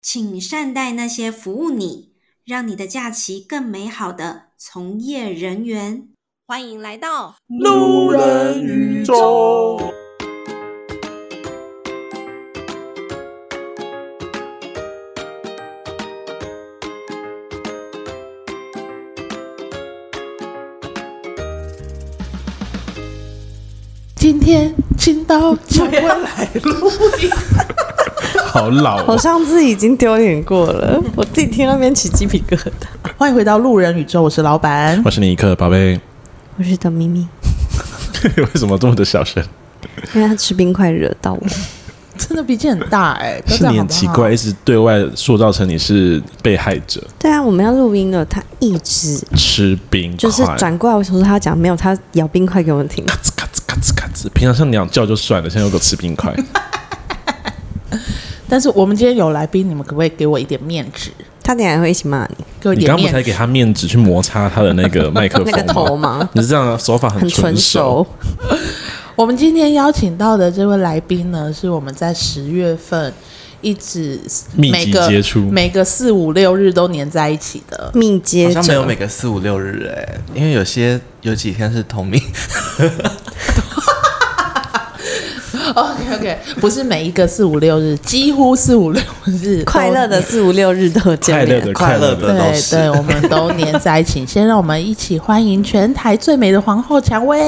请善待那些服务你，让你的假期更美好的从业人员。欢迎来到路人宇宙。 今天请到蒋威来录音， 好老哦！ 我上次已经丢脸过了，我自己听那边起鸡皮疙瘩。 欢迎回到路人宇宙，我是老板， 我是尼克宝贝， 我是等咪咪。 为什么这么的小声？ 因为他吃冰块惹到我。 真的脾气很大是你很奇怪，一直对外塑造成你是被害者。 对啊，我们要录音了，他一直吃冰块， 就是转过来，我说他讲没有，他咬冰块给我们听， 咔吱咔吱咔吱咔吱。平常像鸟叫就算了，现在又给我吃冰块。 但是我们今天有来宾，你们可不可以给我一点面子？ 他等一下会一起骂你。 给我一你点面子。 刚不才给他面子去摩擦他的那个麦克风那个头吗？ 你是这样的手法很纯熟。 我们今天邀请到的这位来宾呢，是我们在10月份一直密集接触， 每个4、5、6日都黏在一起的密接者。 好像没有每个4、5、6日因为有几天是同名。 OK， 不是每一个4、5、6日，几乎4、5、6日快乐的4、5、6日都见面， 快乐的都是对，我们都黏在一起。先让我们一起欢迎全台最美的皇后蔷薇。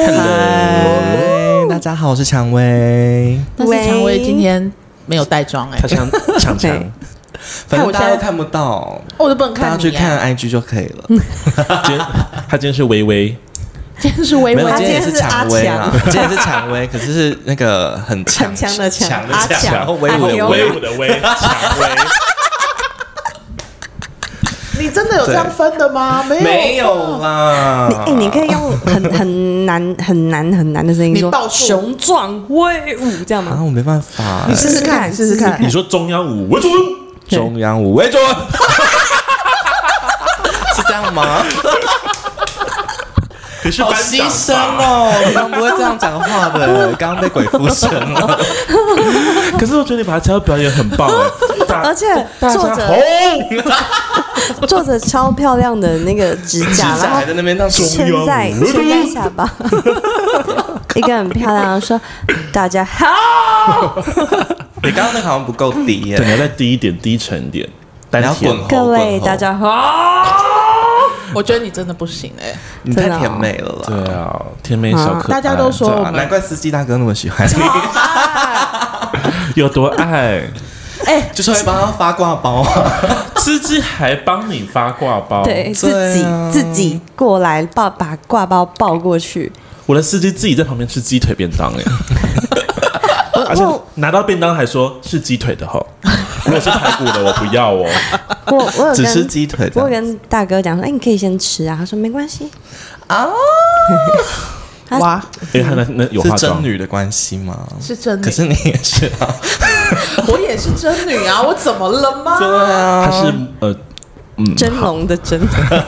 嗨，大家好，我是蔷薇。 但是蔷薇今天没有带妆她像强强，反正大家都看不到， 我都不能看你。 大家去看 IG 就可以了。 她今天是微微。 今天是微微， 没有，今天也是蔷薇啊，今天是蔷薇，可是那个很强的强， 然后威武的威，蔷薇。 你真的有这样分的吗？ 没有啦。 你可以用很难的声音说雄壮威武，这样吗？ 我没办法， 你试试看，试试看。 你说中央五为准， 中央五为准，是这样吗？ 你是好牺牲哦！平常不会这样讲话的，刚刚被鬼附身了。 可是我觉得你把它跳到表演很棒而且做着超漂亮的那个指甲，然后在那边当撑在下巴，一个很漂亮的说：“大家好。” 你刚刚那好像不够低耶， 对，你要再低一点，低沉一点。 你要滚喉， 各位大家好。 我觉得你真的不行你太甜美了啦！ 对啊，甜美小可爱， 大家都说我们难怪司机大哥那么喜欢你， 有多爱？ 就是会帮他发挂包啊！ 司机还帮你发挂包， 对，自己过来把挂包抱过去。 我的司机自己在旁边吃鸡腿便当而且拿到便当还说是鸡腿的哈，如果是排骨的我不要哦。 我有只吃鸡腿， 我跟大哥讲说，你可以先吃啊。他说没关系啊。 哇， 因为他那有化妆， 是真女的关系吗？ 是真女， 可是你也是啊， 我也是真女啊，我怎么了吗？ 对啊， 他是真龙的真。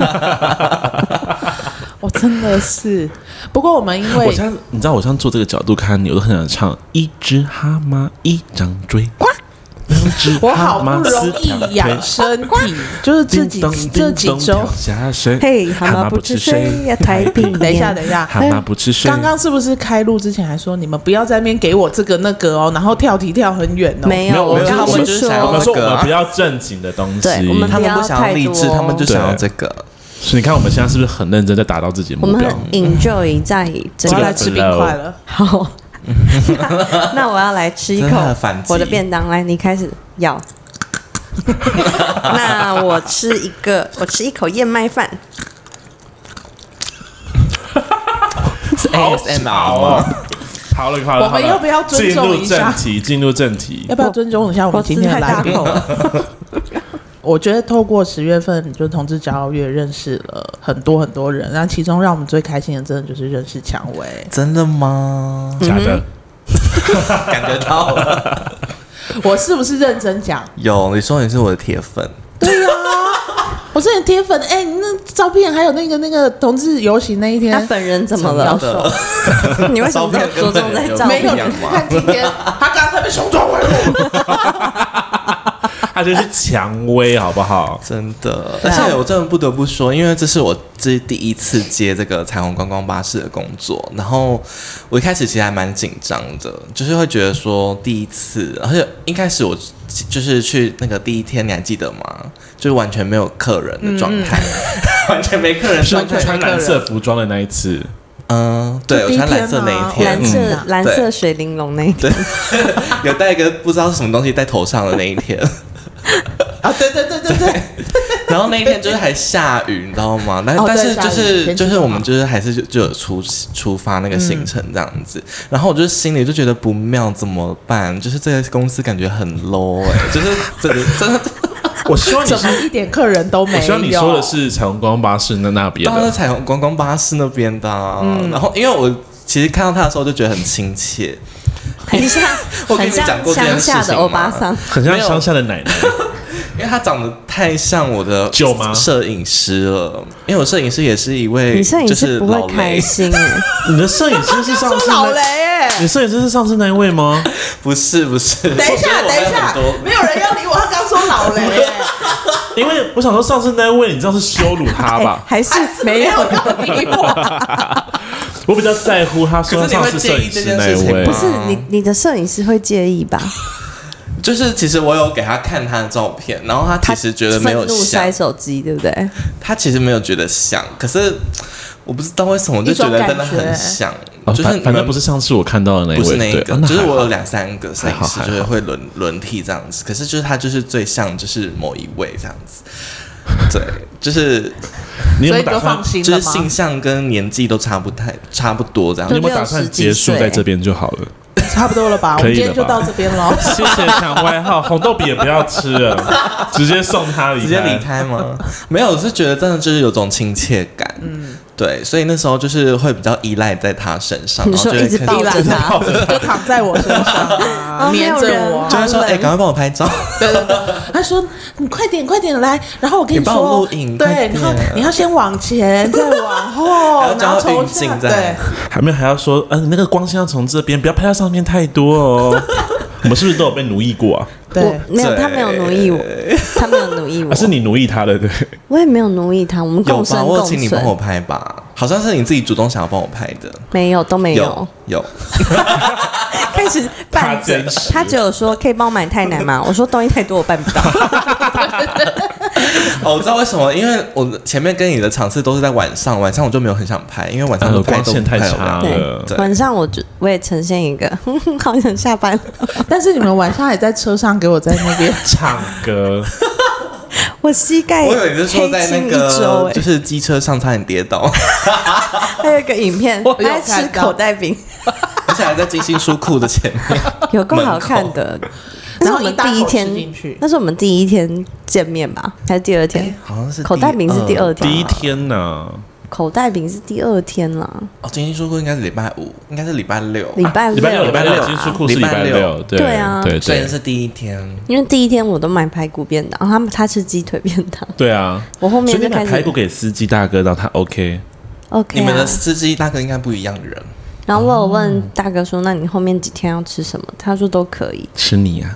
我真的是，不过我们因为你知道，我现在坐这个角度看你，我都很想唱一只蛤蟆一张嘴， 我好不容易养身体，就是这几周。 嘿，蛤蟆不吃水呀，太平。 等一下， 蛤蟆不吃水。 刚刚是不是开录之前还说你们不要在那边给我这个那个哦，然后跳题跳很远哦？ 没有，我刚刚就是想要我们说我们不要正经的东西， 他们不想要励志，他们就想要这个。 所以你看，我们现在是不是很认真在达到自己的目标？ 我们很 enjoy 在这个。 我要来吃冰块了。 好，那我要来吃一口我的便当。来，你开始咬。那我吃一口燕麦饭。 是 ASMR 吗？ 好了， 我们要不要尊重一下？ 进入正题， 要不要尊重一下我们今天的来宾？我觉得透过10月份就同志骄傲月认识了很多人，那其中让我们最开心的真的就是认识蔷薇。 真的吗？ 假的， 感觉到了。 我是不是认真讲？ 有，你说你是我的铁粉。 对呀、我是你铁粉。你那照片还有那个同志游行那一天， 他本人怎么了？你为什么着重在照片？ 没有，你看今天他刚才被雄壮威武。 他就是蔷薇，好不好？ 真的，而且我真的不得不说，因为这是我第一次接这个彩虹观光巴士的工作，然后我一开始其实还蛮紧张的，就是会觉得说第一次，而且一开始我就是去那个第一天，你还记得吗？就是完全没有客人的状态，完全没客人， 是穿蓝色服装的那一次。 对，我穿蓝色那一天， 蓝色水玲珑那一天， 有带一个不知道是什么东西在头上的那一天。 啊，对。 然后那一天就是还下雨，你知道吗？但是就是我们就是还是就有出发那个行程这样子。然后我就心里就觉得不妙，怎么办？就是这个公司感觉很 low 就是真的。 我希望你怎么一点客人都没有。 我希望你说的是彩虹观光巴士那边的， 当然是彩虹观光巴士那边的。然后因为我其实看到他的时候就觉得很亲切， 很像乡下的欧巴桑， 很像乡下的奶奶。 因为他长得太像我的舅妈摄影师了，因为我摄影师也是一位， 你摄影师不会开心你的摄影师是上次老雷你摄影师是上次那一位吗？ 不是。 等一下，没有人要理我，他刚说老雷因为我想说上次那一位，你知道是羞辱他吧？ 还是没有要理我。 我比较在乎他说上次摄影师那一位， 不是你的摄影师会介意吧？ 就是其实我有给他看他的照片，然后他其实觉得没有像，愤怒摔手机，对不对？ 他其实没有觉得像，可是我不知道为什么，我就觉得真的很像。就是反正不是上次我看到的那一位， 不是那一个，就是我有2-3个摄影师，就是会轮替这样子。可是就是他就是最像就是某一位这样子。对，就是你有没有打算就是性向跟年纪都差不多这样。 你有没有打算结束在这边就好了？ 差不多了吧，我们今天就到这边咯。 谢谢抢外号，红豆饼也不要吃了，直接送他直接离开吗？没有，我是觉得真的就是有种亲切感。对，所以那时候就是会比较依赖在他身上， 你说一直抱着他， 就躺在我身上，黏着我， 就会说：“赶快帮我拍照。” 对，他说：“你快点来。”然后我跟你说， 帮我录影， 对，然后你要先往前，再往后，然后从下，对， 还要说，你那个光线要从这边，不要拍到上面太多哦。我们是不是都有被奴役过啊？ 对， 没有，他没有奴役我，他没有奴役我， 是你奴役他的，对。 我也没有奴役他，我们共生共存。 有吧？我请你帮我拍吧，好像是你自己主动想要帮我拍的。 没有，都没有。 有。 开始办整，他只有说可以帮我买太奶吗？我说东西太多，我办不到。 我知道为什么，因为我前面跟你的场次都是在晚上我就没有很想拍，因为晚上的光线太差了。 晚上我也呈现一个好想下班， 但是你们晚上还在车上给我在那边唱歌。 我膝盖， 我以为你是说在那个就是机车上差点跌倒。 还有一个影片，我在吃口袋饼， 而且还在金星书库的前面， 有够好看的。那是我们第一天，那是我们第一天见面吧？还是第二天？ 好像是口袋饼是第二天， 第一天呢？ 口袋饼是第二天啦。 金星书库应该是礼拜5，应该是礼拜6。 礼拜六， 金星书库是礼拜6。 对啊， 对，所以是第一天。 因为第一天我都买排骨便当，他吃鸡腿便当。 对啊， 我后面就开始买排骨给司机大哥，让他 OK。 你们的司机大哥应该不一样的人。 然后我有问大哥说：“那你后面几天要吃什么？”他说都可以。 吃你啊！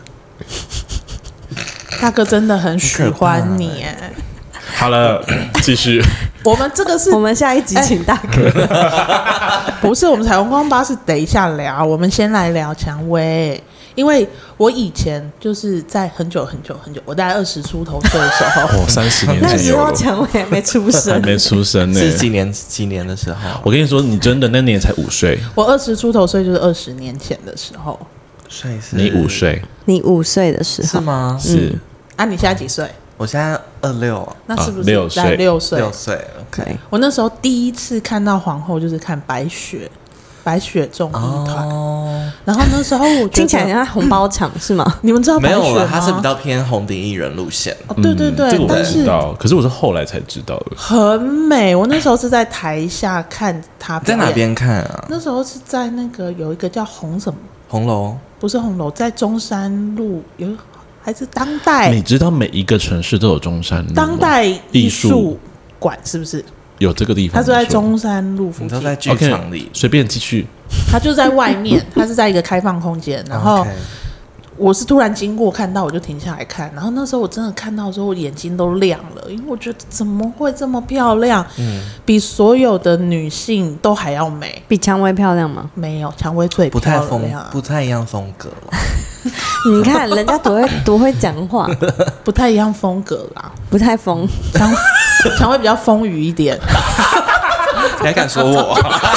大哥真的很喜欢你哎。 好了，继续。 我们这个是我们下一集请大哥。 不是，我们彩虹光巴是等一下聊，我们先来聊蔷薇。因为我以前就是在很久，我大概20出头岁的时候 ，30年前有了。 那时候蔷薇还没出生， 还没出生呢。 是几年的时候？ 我跟你说，你真的那年才5岁。 我20出头岁就是20年前的时候。 所以是你5岁？ 你5岁的时候是吗？ 是。 啊，你现在几岁？ 我现在26。 那是不是 6岁 ？6岁。 6岁。OK。 我那时候第一次看到皇后就是看白雪综艺团，然后那时候我觉得听起来像红包场是吗？ 你们知道白雪吗？ 没有了，它是比较偏红顶艺人路线。 对， 这个我知道，可是我是后来才知道的。 很美，我那时候是在台下看她表演。 在哪边看啊？ 那时候是在那个有一个叫红楼， 不是红楼，在中山路有还是当代？ 你知道每一个城市都有中山路当代艺术馆是不是？ 有这个地方， 他就在中山路附近， 你都在剧场里， 随便继续。 他就在外面，他是在一个开放空间，然后我是突然经过看到，我就停下来看，然后那时候我真的看到的时候，我眼睛都亮了，因为我觉得怎么会这么漂亮？比所有的女性都还要美。 比蔷薇漂亮吗？ 没有，蔷薇最漂亮， 不太一样风格了。 你看人家多会讲话， 不太一样风格啦， 不太疯。 蔷薇比较丰腴一点。 你还敢说我？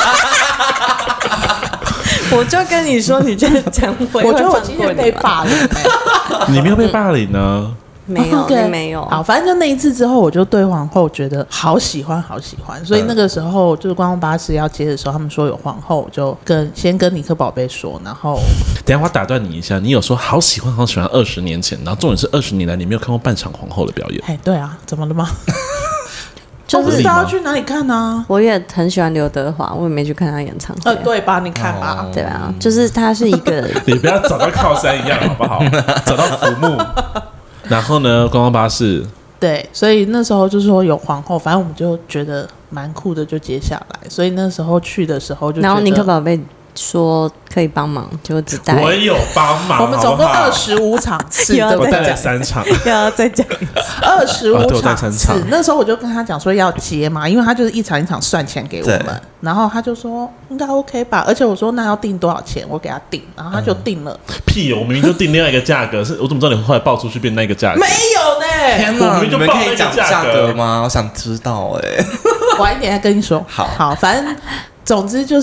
我就跟你说，你这样讲， 我觉得我今天被霸凌你没有被霸凌呢？ 没有，你没有。 好，反正就那一次之后，我就对皇后觉得好喜欢，好喜欢。所以那个时候就是观光巴士要接的时候，他们说有皇后，我就先跟尼克宝贝说，然后等一下我打断你一下，你有说好喜欢好喜欢20年前，然后重点是20年来你没有看过半场皇后的表演。 哎，对啊，怎么了吗？ 就是不知道要去哪里看啊？ 我也很喜欢刘德华，我也没去看他演唱会。 对吧？你看吧， 对啊，就是他是一个， 你不要找到靠山一样好不好？找到浮木，然后呢，观光巴士。 对，所以那时候就是说有皇后，反正我们就觉得蛮酷的，就接下来。所以那时候去的时候就觉得， 然后尼克宝贝说可以帮忙，就只带我有帮忙， 我们总共25场次，对不对？ 我带了3场， 要再讲一次25场次。那时候我就跟他讲说要接嘛，因为他就是一场一场算钱给我们，然后他就说应该 OK 吧，而且我说那要订多少钱，我给他订，然后他就订了。 屁，我明明就订另外一个价格，是我怎么知道你后来报出去变那个价格？ 没有呢！ 天哪， 我明明就报那个价格吗？我想知道晚一点再跟你说。好，反正。总之就是，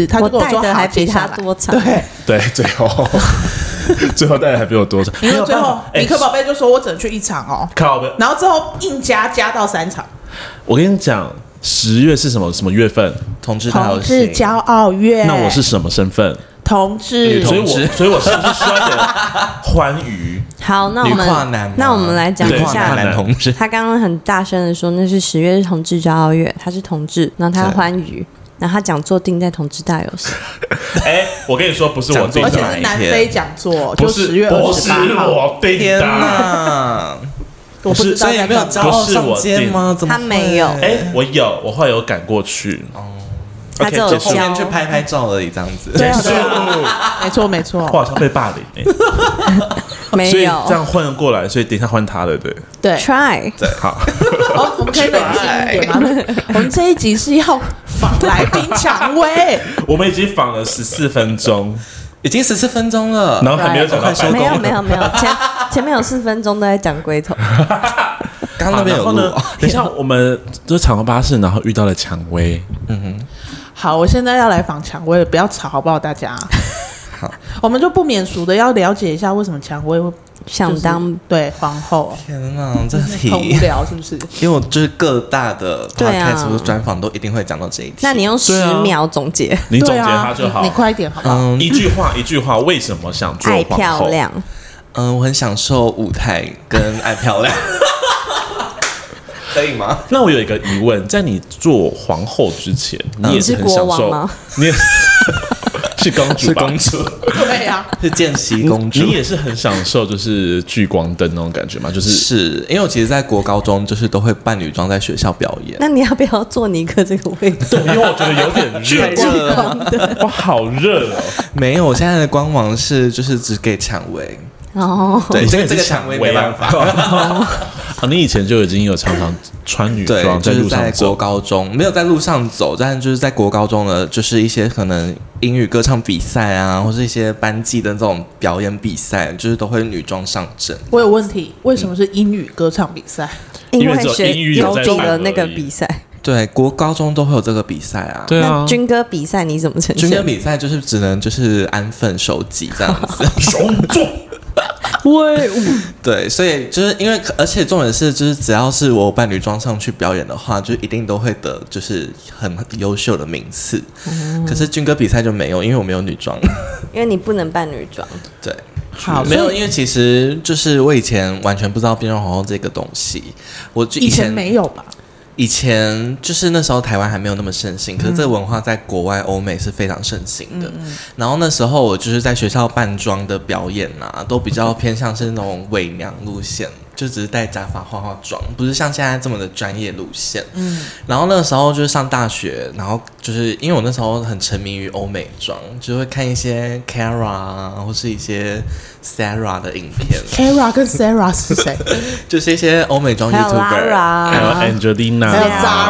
他就跟我说还比他多场， 对，最后带的还比我多场。 因为最后尼克宝贝就说我只能去1场哦，然后之后硬加到3场。 我跟你讲，10月是什么月份？ 同志骄傲月。 那我是什么身份？ 同志， 所以我是不是需要点欢愉？ 好，那我们来讲一下男同志。 他刚刚很大声的说，那是10月是同志骄傲月，他是同志，然后他欢愉。然后他讲座定在同志大游行。 我跟你说，不是我定的， 而且是南非讲座，就10月28号。 不是我定的。 天哪！ 我不知道， 所以没有骄傲上街吗？ 他没有。 我后来有赶过去。 他只有后面去拍照而已，这样子。 对啊，没错。 我好像被霸凌没有， 所以这样换过来，所以等一下换他了，对。 Try。 对，好。 我们可以冷静一点吗？我们这一集是要访来宾蔷薇。 我们已经访了14分钟， 已经14分钟了， 然后还没有讲到收工。 没有，前面有4分钟都在讲龟头。 刚刚那边有录。 等一下，我们就是彩虹巴士，然后遇到了蔷薇。 好，我现在要来访蔷薇了，不要吵好不好？大家。 好， 我们就不免俗的要了解一下为什么蔷薇会想当对皇后。 天哪，这题很无聊是不是？ 因为我就是各大的 podcast 或专访都一定会讲到这一题。 那你用10秒总结， 你总结它就好。 你快一点好不好？ 一句话，为什么想做皇后？ 爱漂亮。 我很享受舞台跟爱漂亮。可以吗？ 那我有一个疑问，在你做皇后之前，你也是很享受吗？你是公主吧？是公主， 对呀， 是见习公主。 你也是很享受就是聚光灯那种感觉吗？ 是因为我其实，在国高中就是都会扮女装在学校表演。 那你要不要坐尼克这个位置？ 对，因为我觉得有点热，哇，好热哦！ 没有，我现在的官网是就是只给蔷薇。对，这个蔷薇没办法。 你以前就已经有常常穿女装在路上走， 就是在国高中没有在路上走，但就是在国高中的，就是一些可能英语歌唱比赛啊，或是一些班级的这种表演比赛，就是都会女装上阵。 我有问题，为什么是英语歌唱比赛？ 因为学有的那个比赛。 对，国高中都会有这个比赛啊。 对啊， 那军歌比赛你怎么呈现？ 军歌比赛就是只能就是安分守己这样子， 守住。 对，所以就是因为，而且重点是，就是只要是我扮女装上去表演的话，就一定都会得就是很优秀的名次。可是军歌比赛就没有，因为我没有女装， 因为你不能扮女装。 对， 好， 没有，因为其实就是我以前完全不知道变装皇后这个东西，我以前没有吧。 以前就是那时候台湾还没有那么盛行，可是这个文化在国外欧美是非常盛行的。然后那时候我就是在学校扮装的表演啊，都比较偏向是那种伪娘路线。 就只是戴假发化妆，不是像现在这么的专业路线。然后那个时候就是上大学，然后就是因为我那时候很沉迷于欧美妆，就会看一些 Kara 啊，或是一些 Sarah 的影片。 Kara 跟 Sarah 是谁？ 就是一些欧美妆 YouTuber， 还有 Angelina， 还有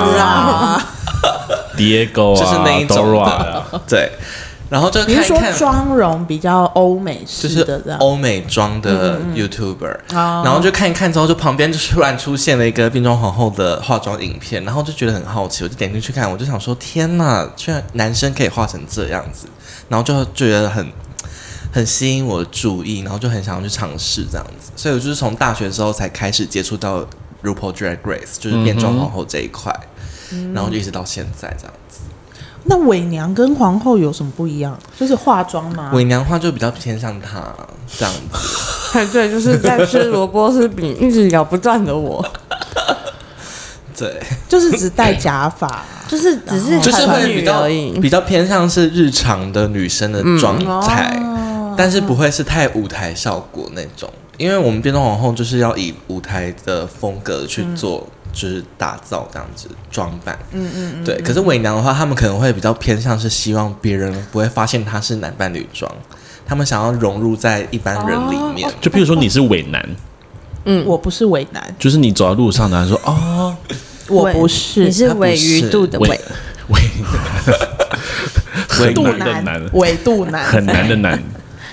Zara、Diego 啊， 就是那一种的。 啊、 对。然后就看一看， 你是说妆容比较欧美式的， 就是欧美妆的 YouTuber，然后就看一看之后，就旁边就突然出现了一个变装皇后的化妆影片，然后就觉得很好奇，我就点进去看，我就想说天哪，居然男生可以化成这样子，然后就觉得很吸引我的注意，然后就很想要去尝试这样子，所以我就是从大学的时候才开始接触到 RuPaul Drag Race， 就是变装皇后这一块，然后就一直到现在这样子。 那伪娘跟皇后有什么不一样？就是化妆吗？ 伪娘话就比较偏向她这样子。 对，就是在吃萝卜丝饼一直咬不断的我。 对， 就是只戴假发， 就是只是就是会比较偏向是日常的女生的状态，但是不会是太舞台效果那种。因为我们变装皇后就是要以舞台的风格去做。就是打造这样子装扮，对。可是伪娘的话，他们可能会比较偏向是希望别人不会发现她是男扮女装，他们想要融入在一般人里面。 就譬如说你是伪男， 我不是伪男， 就是你走在路上，然后说哦， 我不是， 你是伪鱼肚的伪度男，伪度男， 很难的难。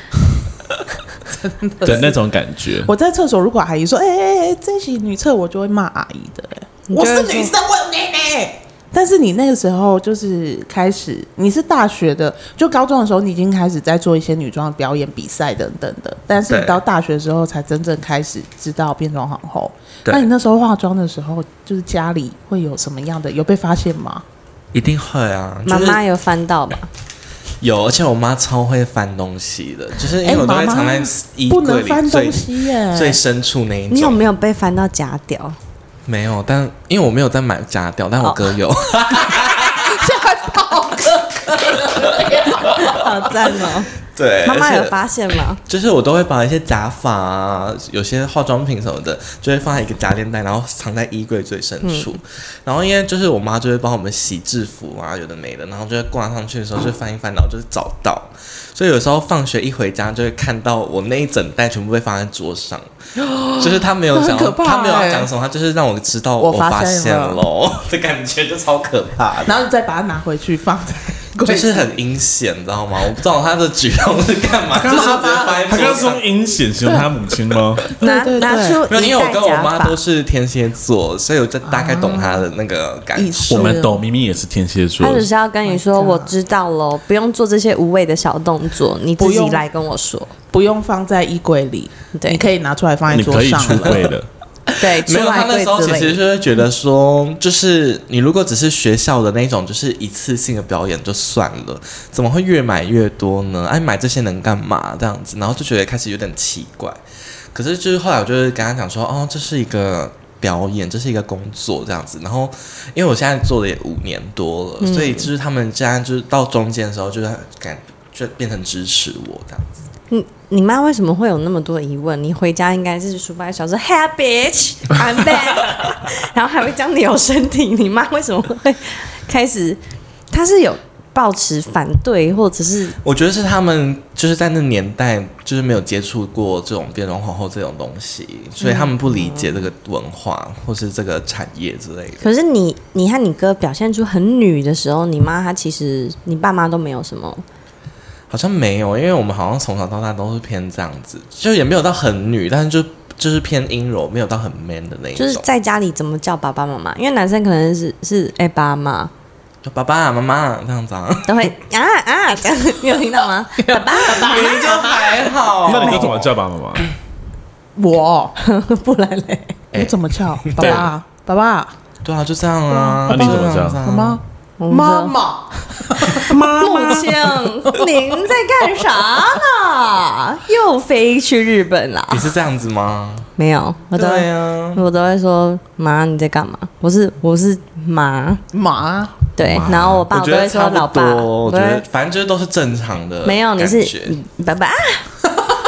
的那种感觉。 我在厕所，如果阿姨说：“这是女厕”，我就会骂阿姨的。我是女生，我妹妹。但是你那个时候就是开始，你是大学的，就高中的时候，你已经开始在做一些女装表演比赛等等的。但是你到大学的时候，才真正开始知道变装皇后。那你那时候化妆的时候，就是家里会有什么样的？有被发现吗？ 一定会啊， 妈妈有翻到吧？ 有，而且我妈超会翻东西的，就是因为我都会藏在衣柜里不能翻东西耶， 最深处那一种。 你有没有被翻到假屌？ 没有，但因为我没有在买假屌，但我哥有。 现在跑哥， 好赞哦！ 对， 妈妈有发现吗？ 就是我都会把一些假发啊，有些化妆品什么的，就会放在一个夹链袋，然后藏在衣柜最深处。然后因为就是我妈就会帮我们洗制服啊，有的没的，然后就会挂上去的时候就翻一翻，然后就是找到。所以有时候放学一回家就会看到我那一整袋全部被放在桌上，就是他没有讲，他没有要讲什么，他就是让我知道我发现了的感觉，就超可怕的。 然后你再把它拿回去放在。 就是很阴险，你知道吗？我不知道他的举动是干嘛，就是直接放在桌上。 他刚刚是用阴险形容他母亲吗？ 拿出， 因为我跟我妈都是天蝎座，所以我就大概懂他的那个感受。 我们懂，明明也是天蝎座。 他只是要跟你说，我知道咯，不用做这些无谓的小动作，你自己来跟我说， 不用放在衣柜里，你可以拿出来放在桌上。 你可以出柜的。 对， 没有，他那时候其实就会觉得说，就是你如果只是学校的那种，就是一次性的表演就算了，怎么会越买越多呢？哎，买这些能干嘛？这样子，然后就觉得开始有点奇怪。可是就是后来我就是跟他讲说，哦，这是一个表演，这是一个工作这样子。然后因为我现在做了也5年多了，所以就是他们现在就是到中间的时候，就变成支持我这样子。 你妈为什么会有那么多疑问？你回家应该是书包小说 ，Hey bitch, I'm back， 然后还会讲你有身体。你妈为什么会开始？她是有抱持反对，或者是？ 我觉得是他们就是在那年代就是没有接触过这种变装皇后这种东西，所以他们不理解这个文化或是这个产业之类的。 可是你和你哥表现出很女的时候，你妈她其实你爸妈都没有什么。 好像没有，因为我们好像从小到大都是偏这样子，就也没有到很女，但是就是偏阴柔，没有到很 man 的那一种。 就是在家里怎么叫爸爸妈妈？因为男生可能是爸妈， 就爸爸妈妈这样子啊， 都会这样，你有听到吗？爸爸明明就还好。 那你都怎么叫爸爸妈妈？ 我不然嘞， 我怎么叫爸爸？ 对啊，就这样啊。 那你怎么叫？ 妈妈。妈妈， 母亲，您在干啥呢？又飞去日本了？ 你是这样子吗？ 没有，我都会说妈你在干嘛？我是妈，对，然后我爸我都会说老爸， 我觉得反正就是都是正常的。 没有，你是爸爸。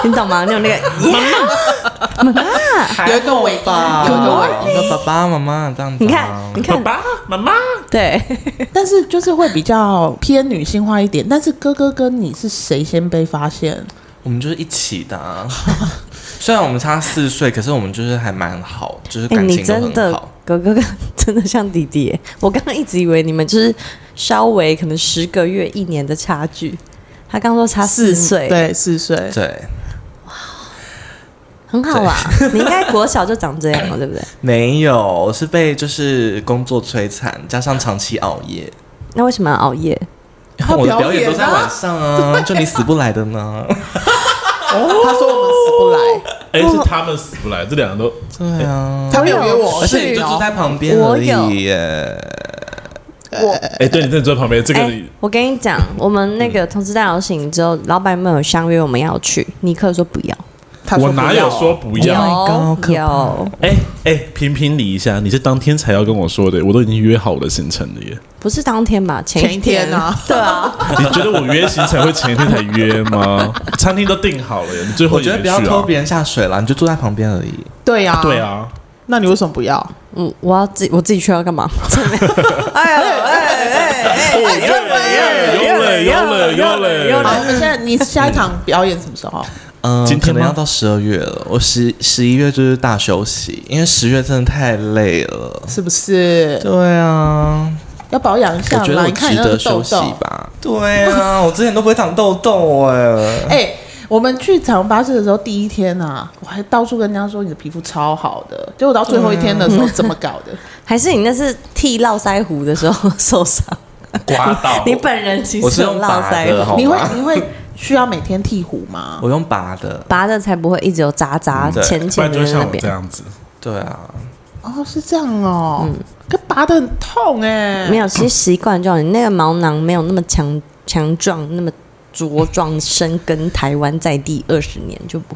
你懂吗？那种那个妈妈， 有一个尾巴， 有一个爸爸妈妈这样子。 你看， 爸爸妈妈， 对， 但是就是会比较偏女性化一点。但是哥哥跟你是谁先被发现？ 我们就是一起的、啊，虽然我们差4岁，可是我们就是还蛮好，就是感情都很好。 你真的哥哥真的像弟弟耶，我刚刚一直以为你们就是稍微可能10个月、1年的差距。他刚说差4岁， 对，4岁， 对， 很好啦。你应该国小就长这样了，对不对？ 没有，是被就是工作摧残，加上长期熬夜。 那为什么要熬夜？ 我的表演都在晚上啊，就你死不来的呢。 他说我们死不来， 是他们死不来，这2个都对啊， 他没有约我， 而且你就住在旁边而已耶。 对，你真的坐在旁边。这个我跟你讲，我们那个同事大游行之后，老板们有相约我们要去，尼克说不要。 我哪有说不要？ 有。 评评理一下，你是当天才要跟我说的，我都已经约好我的行程了耶。 不是当天吧？前一天啊。 对啊。 你觉得我约行程会前一天才约吗？餐厅都订好了耶，你最后我觉得不要拖别人下水啦，你就坐在旁边而已。 对呀， 对啊。 那你为什么不要？ 我自己去要干嘛？ 有了。 好，你下一场表演什么时候？ 可能要到12月了。我11月就是大休息，因为10月真的太累了， 是不是？ 对啊， 要保养一下。 我觉得我值得休息吧。对啊，我之前都不会长痘痘我们去彩虹巴士的时候，第一天啊，我还到处跟人家说你的皮肤超好的，结果到最后一天的时候怎么搞的？ 还是你那是剃络腮胡的时候受伤？ 刮到你本人其实有络腮胡， 你会需要每天剃胡吗？ 我用拔的才不会一直有渣浅的就像那边这样子。 对啊， 是这样哦，可拔得很痛没有，其实习惯就好，你那个毛囊没有那么强壮，那么茁壮深耕台湾在地20年就不会。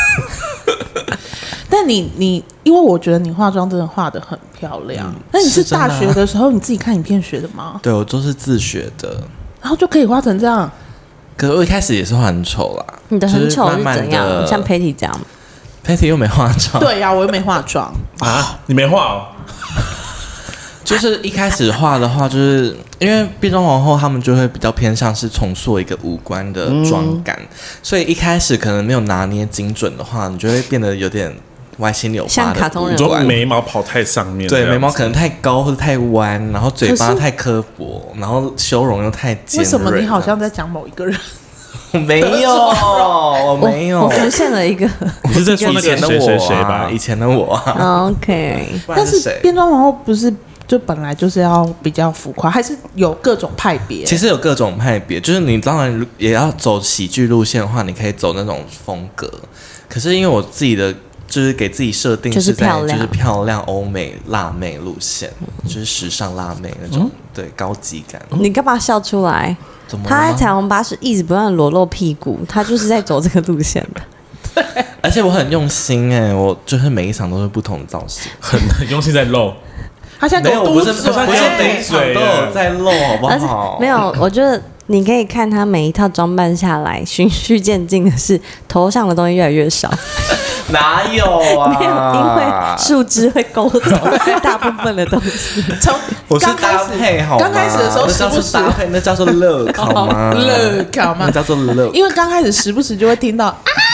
但你因为我觉得你化妆真的化得很漂亮。那你是大学的时候你自己看影片学的吗？ 对，我都是自学的， 然后就可以画成这样。 可是我一开始也是画很丑啦。 你的很丑是怎样？像 Patty 这样吗？ Patty 又没化妆。 对呀，我又没化妆啊！你没化哦？ 就是一开始画的话，就是因为变装皇后他们就会比较偏向是重塑一个五官的妆感，所以一开始可能没有拿捏精准的话，你就会变得有点歪七扭八的， 像卡通人物，眉毛跑太上面， 对，眉毛可能太高或者太弯，然后嘴巴太刻薄，然后修容又太尖锐。 为什么你好像在讲某一个人？ 没有，我没有， 我浮现了一个， 你是在说那个谁吧？ 以前的我啊。 OK， 但是变装皇后不是就本来就是要比较浮夸，还是有各种派别？ 其实有各种派别，就是你当然也要走喜剧路线的话，你可以走那种风格。可是因为我自己的就是给自己设定是在就是漂亮欧美辣妹路线，就是时尚辣妹那种，对，高级感。 你干嘛笑出来？他在彩虹巴士一直不断裸露屁股，他就是在走这个路线的。 而且我很用心我就是每一场都是不同的造型， 很用心在露。 他现在没有，不是每一场都有在露，好不好？ 没有，我觉得你可以看他每一套装扮下来，循序渐进的是头上的东西越来越少。 哪有啊？ 没有，因为树枝会勾走大部分的东西。 我是搭配好吗？ 刚开始的时候时不时搭配，那叫做 look 好吗 ？look 好吗？ 那叫做 look。 因为刚开始时不时就会听到啊。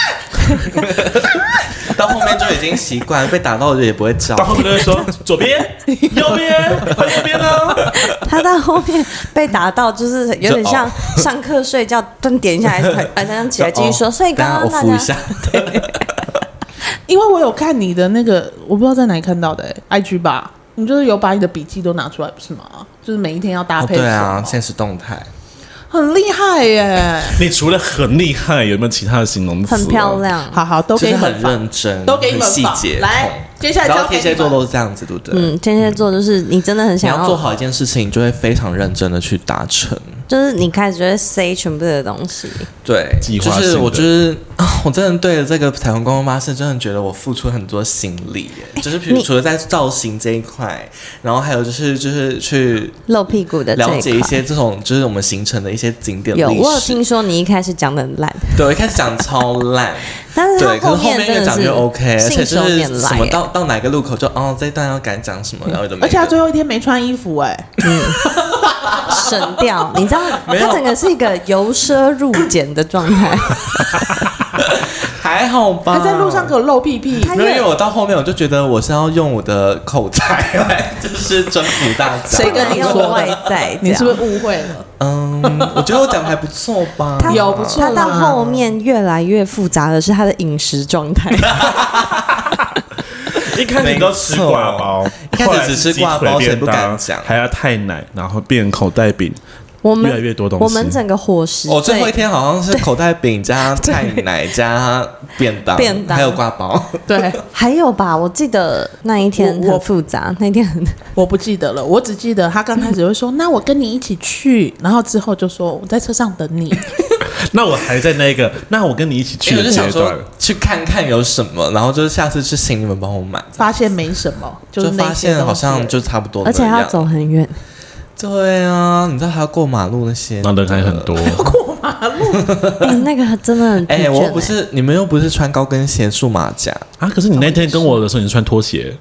到后面就已经习惯，被打到就也不会叫。 到后面就会说左边、右边、换右边呢。 他到后面被打到，就是有点像上课睡觉，蹲点下来，晚上起来继续说。所以刚刚大家， 我扶一下，对。 因为我有看你的那个，我不知道在哪里看到的，IG 吧？你就是有把你的笔记都拿出来，不是吗？就是每一天要搭配。 对啊，现实动态。 很厉害耶！ 你除了很厉害，有没有其他的形容词？ 很漂亮， 好，都给你们很认真， 都给你们细节。 来，接下来交天蝎座都是这样子，对不对？ 天蝎座就是你真的很想要做好一件事情，你就会非常认真的去达成。 就是你开始就会塞全部的东西。 对，就是我真的对了这个彩虹观光巴士，真的觉得我付出很多心力耶。就是比如除了在造型这一块，然后还有就是去露屁股的这一块， 了解一些这种就是我们行程的一些景点历史。 我有听说你一开始讲的很烂， 对，我一开始讲超烂， 但是对，可是后面越讲越 OK， 而且就是什么到哪个路口就这一段要敢讲什么，然后而且他最后一天没穿衣服省掉，你知道，他整个是一个由奢入俭的状态。 还好吧， 他在路上给我露屁屁， 因为我到后面我就觉得我是要用我的口才来，就是征服大家。 谁跟你说外在？ 你是不是误会了？ 我觉得我讲的还不错吧， 有不错。 他到后面越来越复杂的是他的饮食状态。 一开始都吃挂包， 一开始只吃挂包，谁不敢讲？ 还要太奶，然后变口袋饼。越来越多东西。 我们整个伙食， 最后一天好像是口袋饼加太奶加便当，还有挂包。 对， 还有吧？我记得那一天很复杂，那天我不记得了，我只记得他刚开始会说：“那我跟你一起去。”然后之后就说：“我在车上等你。” 那我还在那我跟你一起去的阶段， 我就想说去看看有什么，然后就是下次去请你们帮我买， 发现没什么，就发现好像就差不多， 而且还要走很远。 对啊，你知道还要过马路那些， 那人还很多。 过马路， 那个真的很我不是你们又不是穿高跟鞋、束马甲啊？可是你那天跟我的时候，你是穿拖鞋，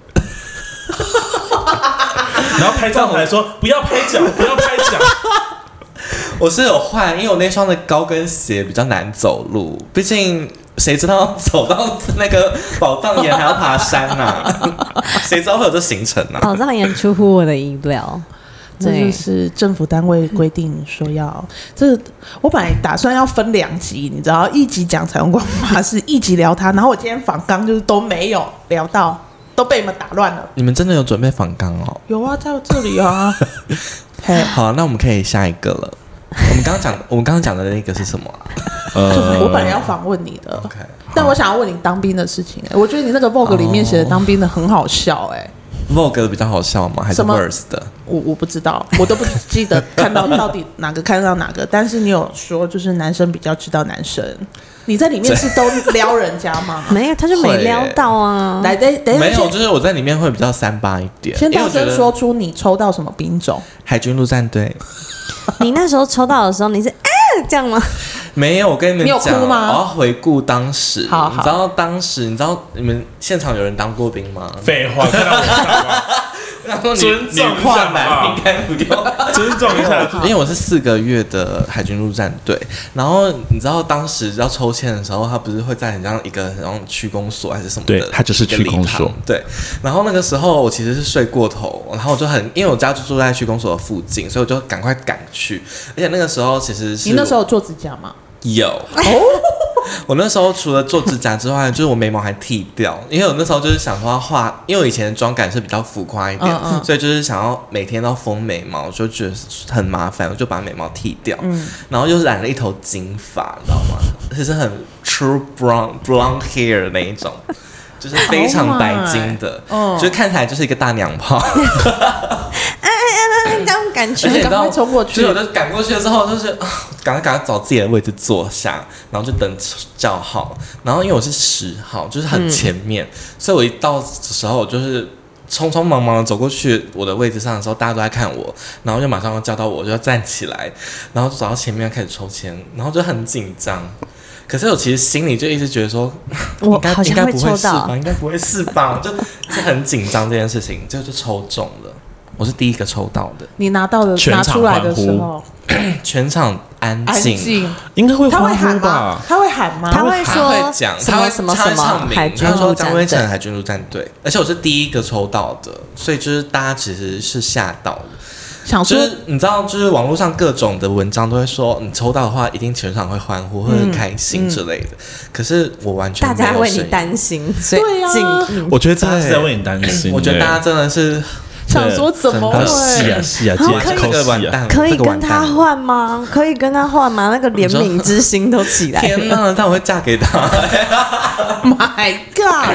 然后拍照还说不要拍脚，不要拍脚。 我是有换，因为我那双的高跟鞋比较难走路，毕竟谁知道走到那个宝藏岩还要爬山啊？谁知道会有这行程啊？ 宝藏岩出乎我的意料。 这就是政府单位规定说要这，我本来打算要分2集，你知道，一集讲彩虹光巴士，一集聊它。然后我今天访纲就是都没有聊到，都被你们打乱了。 你们真的有准备访纲哦？ 有啊，在这里啊。 好，那我们可以下一个了。我们刚刚讲的那个是什么啊？ 我本来要访问你的， OK， 但我想要问你当兵的事情。我觉得你那个 Vogue 里面写的当兵的很好笑 Vogue 的比较好笑吗？还是 Verse 的？ 我不知道，我都不记得看到到底哪个看到哪个。但是你有说，就是男生比较知道男生。你在里面是都撩人家吗？ 没有，他就没撩到啊。 来，等一下， 没有，就是我在里面会比较3八一点。 先大声说出你抽到什么兵种？ 海军陆战队。 你那时候抽到的时候，你是这样吗？ 没有，我跟你们讲， 你有哭吗？ 我要回顾当时。 好， 你知道当时，你知道你们现场有人当过兵吗？ 废话，看到我上吗？尊重一下男应该不用尊重一下， 因为我是4个月的海军陆战队，然后你知道当时要抽签的时候，他不是会在很像一个然后区公所还是什么的， 对，他就是区公所， 对。然后那个时候我其实是睡过头，然后我就因为我家就住在区公所的附近，所以我就赶快赶去。而且那个时候其实是你那时候有做指甲吗？ 有。我那时候除了做指甲之外，就是我眉毛还剃掉，因为我那时候就是想说要画，因为我以前的妆感是比较浮夸一点，所以就是想要每天都封眉毛，就觉得很麻烦，我就把眉毛剃掉，然后又染了一头金发，你知道吗？就是很 true blonde hair 的那一种，就是非常白金的，就是看起来就是一个大娘炮。 这样感觉， 而且你知道， 冲过去， 所以我就赶过去了之后，就是赶快找自己的位置坐下，然后就等叫号。然后因为我是10号，就是很前面，所以我一到的时候，我就是匆匆忙忙的走过去我的位置上的时候，大家都在看我，然后就马上要叫到我，就要站起来，然后就走到前面开始抽签，然后就很紧张。可是我其实心里就一直觉得说， 我好像会抽到， 应该不会是吧？就很紧张这件事情，结果就抽中了。我是第一个抽到的。 你拿到的拿出来的时候， 全场安静， 应该会欢呼吧？ 他会喊吗？ 他会说， 他会讲，他会唱名，他说张威成海军陆战队，而且我是第一个抽到的，所以就是大家其实是吓到的。 想说， 就是你知道，就是网络上各种的文章都会说，你抽到的话，一定全场会欢呼，会很开心之类的。可是我完全没有， 大家为你担心，所以我觉得大家是在为你担心。 我觉得大家真的是想说怎么会？ 是啊， 这个完蛋， 可以跟他换吗？可以跟他换吗？那个怜悯之心都起来了。 天哪！但我会嫁给他。 My God！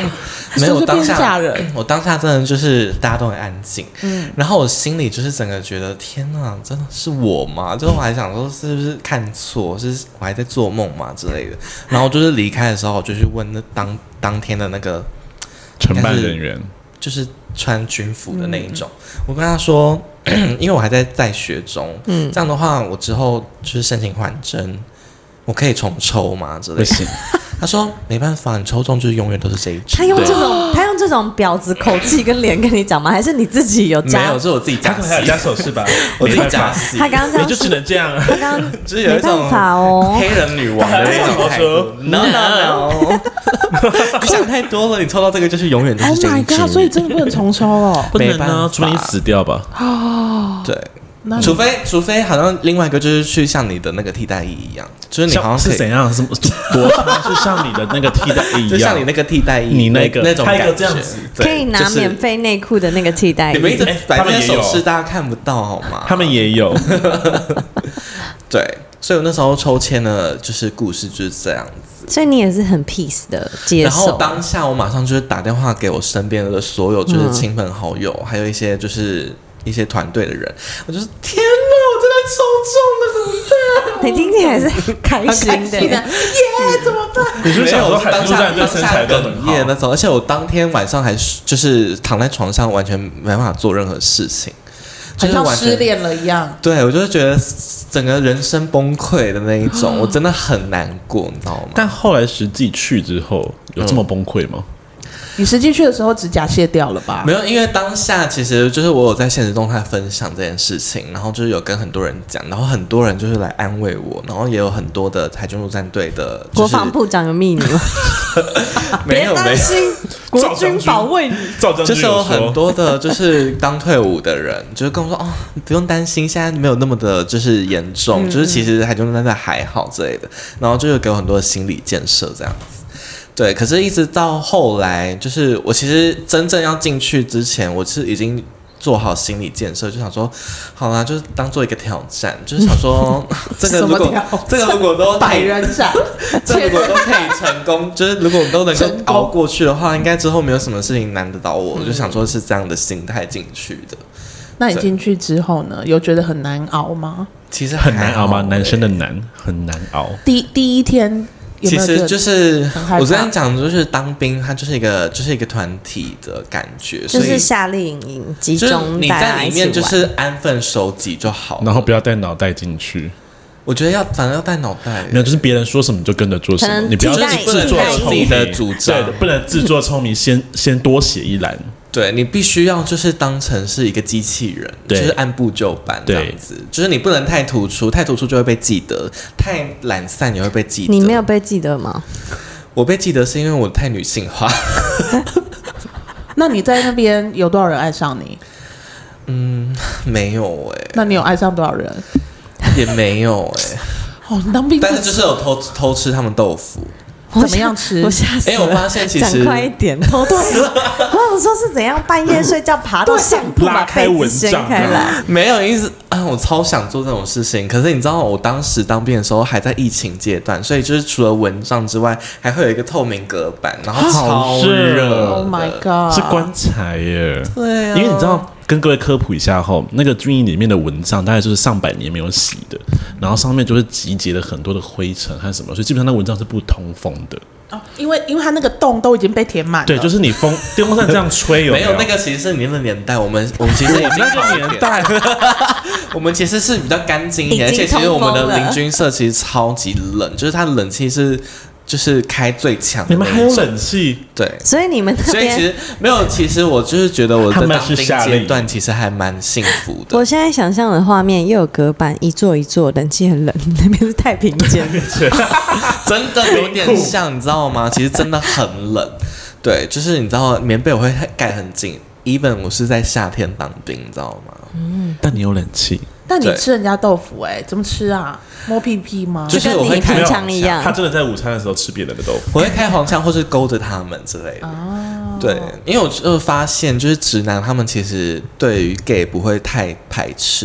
没有当吓下人， 我当下真的就是大家都很安静，然后我心里就是整个觉得天哪，真的是我吗？就是我还想说是不是看错，是我还在做梦嘛之类的。然后就是离开的时候，我就去问那当天的那个承办人员， 就是穿军服的那一种，我跟他说，因为我还在学中，这样的话我之后就是申请缓征，我可以重抽吗之类的？ 不行。 他说没办法，你抽中就是永远都是这一支。 他用这种婊子口气跟脸跟你讲吗？还是你自己有加？ 没有，是我自己加戏， 加手势吧， 我自己加戏。 他刚刚这样， 你就只能这样。 他刚刚就是有一种黑人女王的那种态度。No， 你想太多了，你抽到这个就是永远都是这一支。 Oh my god！ 所以真的不能重抽哦， 不能啊，除非你死掉吧。 哦， 对。除非好像另外一个就是去像你的那个替代役一样，就是你好像是怎样？什么多长是像你的那个替代役一样， 就像你那个替代役， 你那种感觉， 这样子， 可以拿免费内裤的那个替代役。 你们一直摆这些手势，大家看不到好吗？ 他们也有， 对，所以我那时候抽签的就是故事就是这样子。 所以你也是很 peace 的接受。 然后当下我马上就是打电话给我身边的所有就是亲朋好友，还有一些就是一些团队的人，我就是天哪，我真的抽中了，怎么办？ 你听起来是开心的，耶， 怎么办？ 你是想说海陆战队身材都很好那种，而且我当天晚上还就是躺在床上，完全没办法做任何事情， 就像失恋了一样。 对，我就是觉得整个人生崩溃的那一种，我真的很难过，你知道吗？ 但后来实际去之后，有这么崩溃吗？ 你实际去的时候指甲卸掉了吧？ 没有，因为当下其实就是我有在现实动态分享这件事情，然后就是有跟很多人讲，然后很多人就是来安慰我，然后也有很多的海军陆战队的、 国防部长有密你吗？ 没有， 别担心，国军保卫你。 就是有很多的，就是刚退伍的人，就是跟我说哦，你不用担心，现在没有那么的，就是严重，就是其实海军陆战队还好之类的，然后就有给我很多的心理建设这样子。对，可是一直到后来，就是我其实真正要进去之前，我是已经做好心理建设，就想说，好啦，就是当做一个挑战，就是想说，这个如果都百人斩， 这如果都可以成功，就是如果都能够熬过去的话，应该之后没有什么事情难得到我，我就想说是这样的心态进去的。 那你进去之后呢？有觉得很难熬吗？ 其实很难熬吗？男生的难很难熬。 第一天。 其实就是我之前讲，就是当兵，它就是一个团体的感觉， 就是夏令营集中， 你在里面就是安分守己就好， 然后不要带脑袋进去。 我觉得反正要带脑袋， 没有，就是别人说什么就跟着做什么，你不要自作聪明的主张， 对，不能自作聪明，先多写一栏。 对，你必须要就是当成是一个机器人，就是按部就班这样子，就是你不能太突出，太突出就会被记得，太懒散也会被记得。 你没有被记得吗？ 我被记得是因为我太女性化。 那你在那边有多少人爱上你？ 没有欸。 那你有爱上多少人？ 也没有欸。 哦，你当兵， 但是就是有偷吃他们豆腐。 怎么样吃？ 我吓死了！ 我发现其实讲快一点，偷偷。我说是怎样半夜睡觉爬到相簿把被子掀开来？ 没有意思啊！我超想做这种事情，可是你知道我当时当兵的时候还在疫情阶段，所以就是除了蚊帐之外，还会有一个透明隔板，然后超热。 Oh my god！ 是棺材耶。 对啊， 因为你知道。跟各位科普一下后，那个军营里面的蚊帐大概就是上百年没有洗的，然后上面就是集结了很多的灰尘和什么，所以基本上那蚊帐是不通风的。 哦，因为它那个洞都已经被填满了。 对，就是你电风扇这样吹没有那个其实是你那个年代，我们其实已经那个年代， 我们其实是比较干净一点，而且其实我们的邻军舍其实超级冷，就是它的冷气是。就是开最强的， 你们还有冷气？ 对， 所以你们所以其实没有，其实我就是觉得我的当兵阶段其实还蛮幸福的。 我现在想象的画面，又有隔板，一座一座，冷气很冷，那边是太平间， 真的有点像，你知道吗？其实真的很冷，对，就是你知道棉被我会盖很紧 ，even 我是在夏天当兵，你知道吗？ 但你有冷气。 但你吃人家豆腐怎么吃啊？摸屁屁吗？ 就是我会开黄腔一样。 他真的在午餐的时候吃别人的豆腐。 我会开黄腔，或是勾着他们之类的。哦，对，因为我就发现，就是直男他们其实对于 gay 不会太排斥，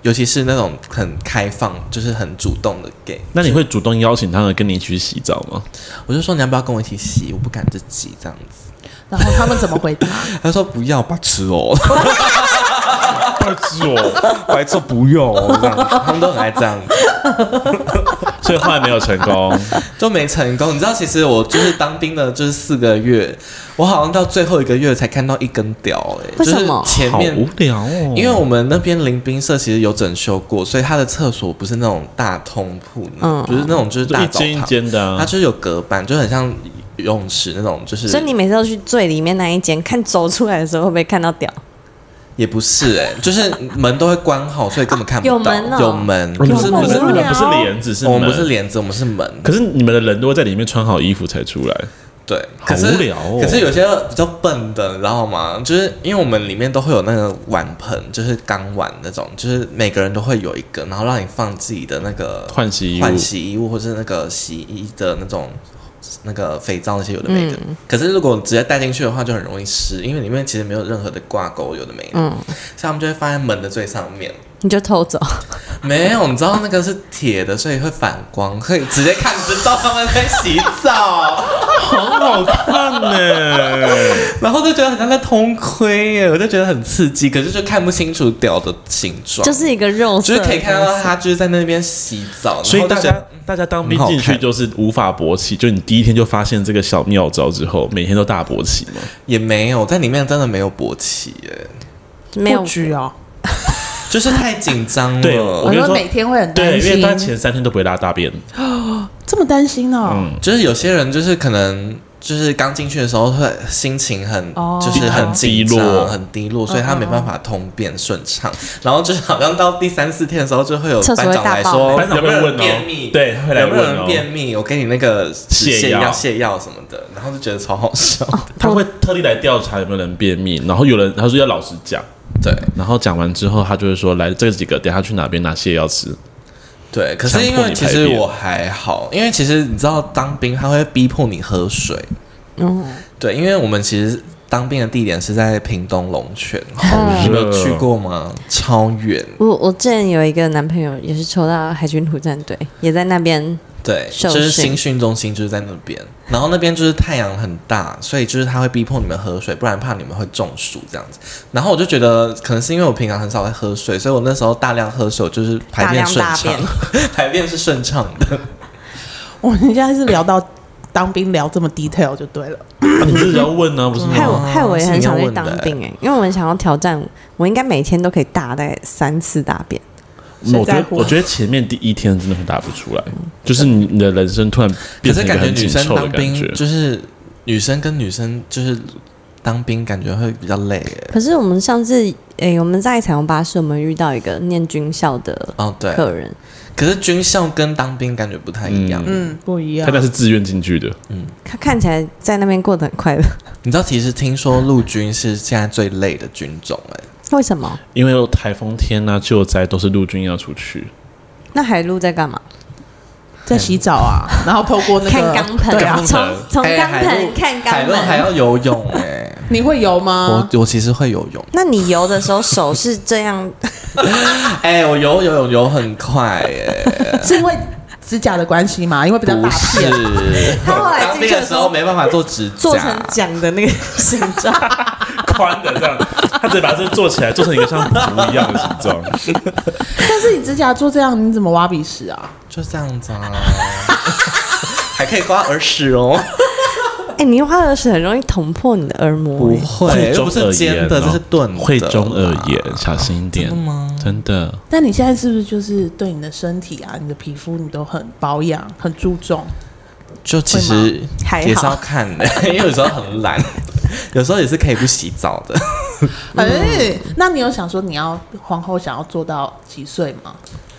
尤其是那种很开放，就是很主动的 gay。 那你会主动邀请他们跟你一起去洗澡吗？ 我就说你要不要跟我一起洗？我不敢自己这样子。 然后他们怎么回答？ 他说不要，白痴哦， 白痴哦， 白痴不要哦，这样子，他们都很爱这样子。 所以后来没有成功， 就没成功。你知道，其实我就是当兵的，就是4个月，我好像到最后1个月才看到一根屌， 为什么？ 就是前面好无聊哦。 因为我们那边临兵舍其实有整修过，所以它的厕所不是那种大通铺，不是那种就是大澡堂， 一间一间的啊， 它就是有隔板，就很像游泳池那种，就是。 所以你每次都去最里面那一间，看走出来的时候会不会看到屌？ 也不是就是门都会关好，所以根本看不到。 有门哦， 有门， 不是你们不是帘子，是我们不是帘子，我们是门。 可是你们的人都会在里面穿好衣服才出来。 对， 好无聊哦。 可是有些比较笨的，你知道吗？就是因为我们里面都会有那个碗盆，就是钢碗那种，就是每个人都会有一个，然后让你放自己的那个换洗衣物或者是那个洗衣的那个肥皂那些有的没的。可是如果直接带进去的话，就很容易湿，因为里面其实没有任何的挂钩，有的没的。所以他们就会放在门的最上面。 你就偷走？ 没有，你知道那个是铁的，所以会反光，可以直接看得到他们在洗澡， 好好看呢。 然后就觉得很像在偷窥耶，我就觉得很刺激，可是就看不清楚屌的形状， 就是一个肉色， 就是可以看到他就是在那边洗澡， 所以大家当兵进去就是无法勃起，就你第一天就发现这个小妙招之后，每天都大勃起吗？ 也没有，在里面真的没有勃起耶， 没有举哦。 就是太紧张了。 对， 我跟你说每天会很担心， 对，因为他前3天都不会拉大便。 这么担心哦？ 就是有些人就是可能就是刚进去的时候会心情就是很低落，很低落，所以他没办法通便顺畅。然后就是好像到第3、4天的时候，就会有班长来说有没有人便秘？对，会来问有没有人便秘？我给你那个泻药什么的，然后就觉得超好笑。 他会特地来调查有没有人便秘，然后有人他说要老实讲。 对， 然后讲完之后，他就会说：“来，这几个等下去哪边拿泻药吃。” 对，可是因为其实我还好，因为其实你知道当兵他会逼迫你喝水。对，因为我们其实当兵的地点是在屏东龙泉，你有去过吗？超远。 我之前有一个男朋友也是抽到海军陆战队，也在那边。 对，就是新训中心就是在那边，然后那边就是太阳很大，所以就是他会逼迫你们喝水，不然怕你们会中暑这样子。然后我就觉得可能是因为我平常很少在喝水，所以我那时候大量喝水，就是排便顺畅，排便是顺畅的。 我们现在是聊到当兵聊这么 detail 就对了。 你自己要问啊，不是吗？ 害我也很想去当兵因为我很想要挑战，我应该每天都可以大概3次大便。 我觉得前面第1天真的会打不出来，就是你的人生突然变成一个很紧凑的感觉。可是感觉女生当兵就是女生跟女生就是当兵感觉会比较累耶。 可是我们上次我们在彩虹巴士，我们遇到一个念军校的客人。 可是军校跟当兵感觉不太一样， 不一样。 他那是自愿进去的， 他看起来在那边过得很快乐。 你知道，其实听说陆军是现在最累的军种为什么？ 因为有台风天啊、救灾都是陆军要出去。 那海陆在干嘛？ 在洗澡啊，然后透过那个看钢盆，从钢盆看钢盆， 海陆还要游泳你会游吗？ 我其实会游泳。 那你游的时候手是这样？ 我游泳很快是因为指甲的关系吗？因为比较大片。 他后来当兵的时候没办法做指甲， 做成桨的那个形状， 宽的这样，他直接把这做起来，做成一个像竹一样的形状。 但是你指甲做这样，你怎么挖鼻屎啊？ 就这样子啊，还可以刮耳屎哦。 你挖耳屎很容易捅破你的耳膜。 不会，又不是尖的，这是钝的， 会中耳炎，小心一点。 真的吗？ 真的。 但你现在是不是就是对你的身体啊、你的皮肤，你都很保养、很注重？ 就其实也是要看的，因为有时候很懒，有时候也是可以不洗澡的。 那你有想说你要皇后想要做到几岁吗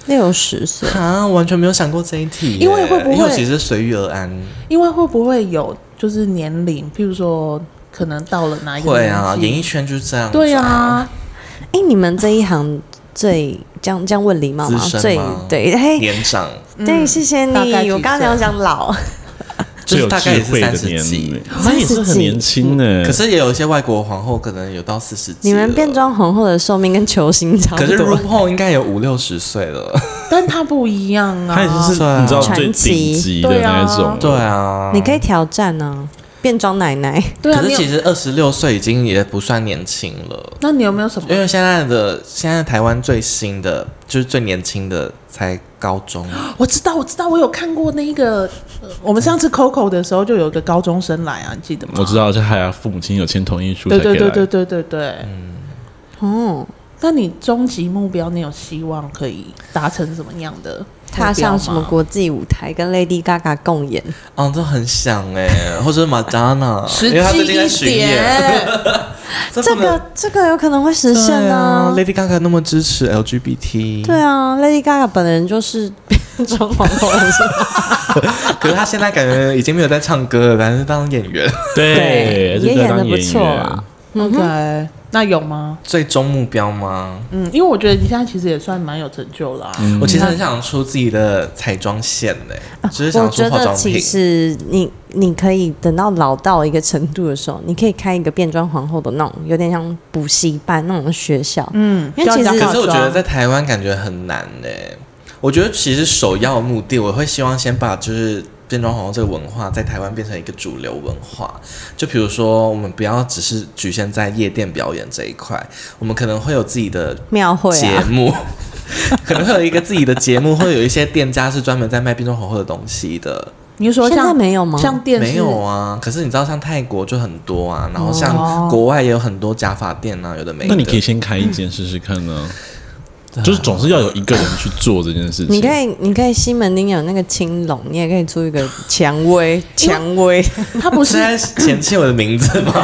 ？60岁啊，完全没有想过这一题。 因为会不会？ 因为其实随遇而安。 因为会不会有就是年龄，譬如说可能到了哪一个年纪？ 会啊，演艺圈就是这样。 对啊。 你们这一行最这样问礼貌吗？最对， 年长。 对，谢谢你。我刚刚想讲老。 就是大概也是最有智慧的 30几， 那也是很年轻呢。 可是也有一些外国皇后可能有到40几。 你们变装皇后的寿命跟球星差不多。 可是 RuPaul 应该有50-60岁了， 但他不一样啊， 他已经是你知道最顶级的那一种。 对啊， 你可以挑战啊，变装奶奶。 对啊， 可是其实26岁已经也不算年轻了。 那你有没有什么？ 因为现在台湾最新的就是最年轻的才高中。 我知道，我有看过那个，我们上次 Coco 的时候就有一个高中生来啊，你记得吗？ 我知道，就还要父母亲有签同意书才可以来。 对，哦，那你终极目标，你有希望可以达成什么样的？ 踏上什么国际舞台，跟 Lady Gaga 共演？ 哦，这很想或者 Madonna， 实因为他最近在际巡一演。 点。 这个有可能会实现啊 ！Lady Gaga 那么支持 LGBT， 对啊，Lady Gaga 本人就是变装皇后，是吗？ 可是他现在感觉已经没有在唱歌了，反正是当演员。 对， 也演得不错啦。 OK，那有吗？ 最终目标吗？ 因为我觉得你现在其实也算蛮有成就啦。 我其实很想出自己的彩妆线就是想出化妆品。 我觉得其实你可以等到老到一个程度的时候，你可以开一个变装皇后的那种，有点像补习班那种学校。因为其实可是我觉得在台湾感觉很难我觉得其实首要的目的，我会希望先把就是变装皇后这个文化在台湾变成一个主流文化。就比如说，我们不要只是局限在夜店表演这一块，我们可能会有自己的庙会节目，可能会有一个自己的节目，会有一些店家是专门在卖变装皇后的东西的。 你说现在没有吗？ 像电视没有啊，可是你知道像泰国就很多啊，然后像国外也有很多假发店啊，有的没的。 那你可以先开一间试试看呢。就是总是要有一个人去做这件事情。 你可以西门町有那个青龙，你也可以出一个蔷薇， 他不是在嫌弃我的名字吗？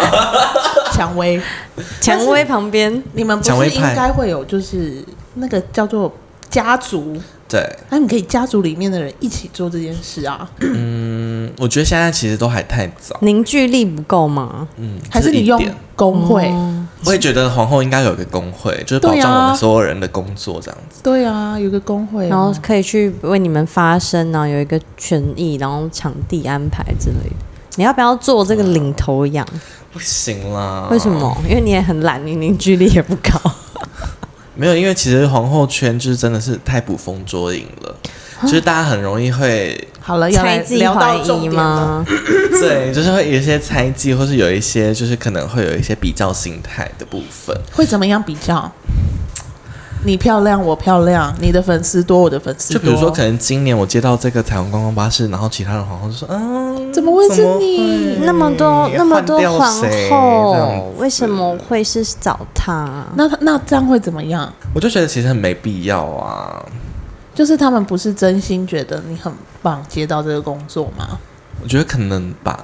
蔷薇旁边， 你们不是应该会有就是那个叫做家族？ 对， 那你可以家族里面的人一起做这件事啊。 我觉得现在其实都还太早， 凝聚力不够吗？ 还是你用工会？ 我也觉得皇后应该有个工会，就是保障我们所有人的工作这样子。 对啊，有个工会， 然后可以去为你们发声，然后有一个权益，然后场地安排之类的。你要不要做这个领头羊？ 不行啦， 为什么？因为你也很懒，你凝聚力也不高。 没有，因为其实皇后圈就是真的是太捕风捉影了，就是大家很容易会好了，要来聊到重点吗？ 对，就是会有一些猜忌，或是有一些就是可能会有一些比较心态的部分。 会怎么样比较？你漂亮，我漂亮，你的粉丝多，我的粉丝多。 就比如说，可能今年我接到这个彩虹观光巴士，然后其他的皇后就说：“ 怎么会是你？ 那么多皇后，为什么会是找他？ 那这样会怎么样？” 我就觉得其实很没必要啊。 就是他们不是真心觉得你很棒，接到这个工作吗？ 我觉得可能吧。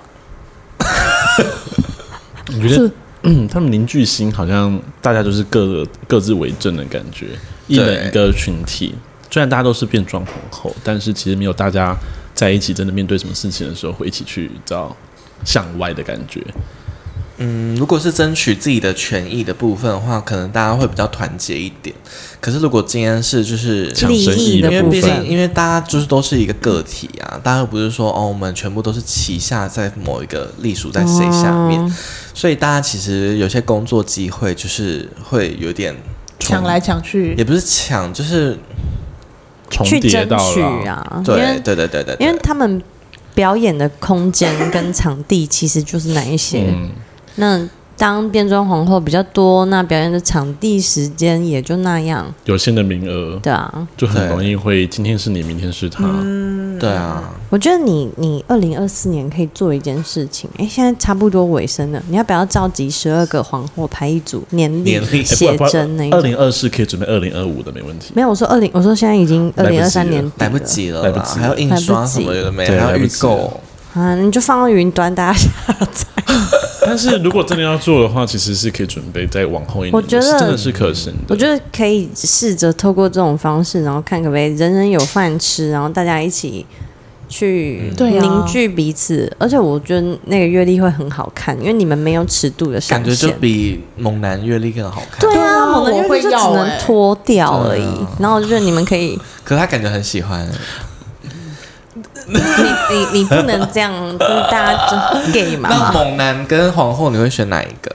我觉得。他们凝聚心，好像大家就是各自为政的感觉，一人一个群体。虽然大家都是变装皇后，但是其实没有大家在一起真的面对什么事情的时候，会一起去向外的感觉。 如果是争取自己的权益的部分的话，可能大家会比较团结一点。可是如果今天是就是抢生意的部分， 因为大家就是都是一个个体啊，大家又不是说我们全部都是旗下在某一个隶属在谁下面，所以大家其实有些工作机会就是会有点抢来抢去， 也不是抢，就是重叠到了去争取啊。 对， 因为他们表演的空间跟场地其实就是哪一些。那当变装皇后比较多，那表演的场地时间也就那样， 有限的名额， 对啊， 就很容易会今天是你，明天是他。 对啊， 我觉得你2024年可以做一件事情，现在差不多尾声了，你要不要召集12个皇后排一组年历写真那一种 ？2024可以准备2025的，没问题。 没有，我说现在已经2023年底了， 来不及了，还要印刷什么的没，还要预购啊，你就放到云端大家下载。 但是如果真的要做的话，其实是可以准备再往后一年， 我觉得真的是可行的。 我觉得可以试着透过这种方式，然后看可不可以人人有饭吃，然后大家一起去凝聚彼此。而且我觉得那个月历会很好看，因为你们没有尺度的上限， 感觉就比猛男月历更好看。 对啊，猛男月历就只能脱掉而已。然后我就觉得你们可以， 可是他感觉很喜欢。 你不能这样，就是大家就 gay 嘛。 那猛男跟皇后，你会选哪一个？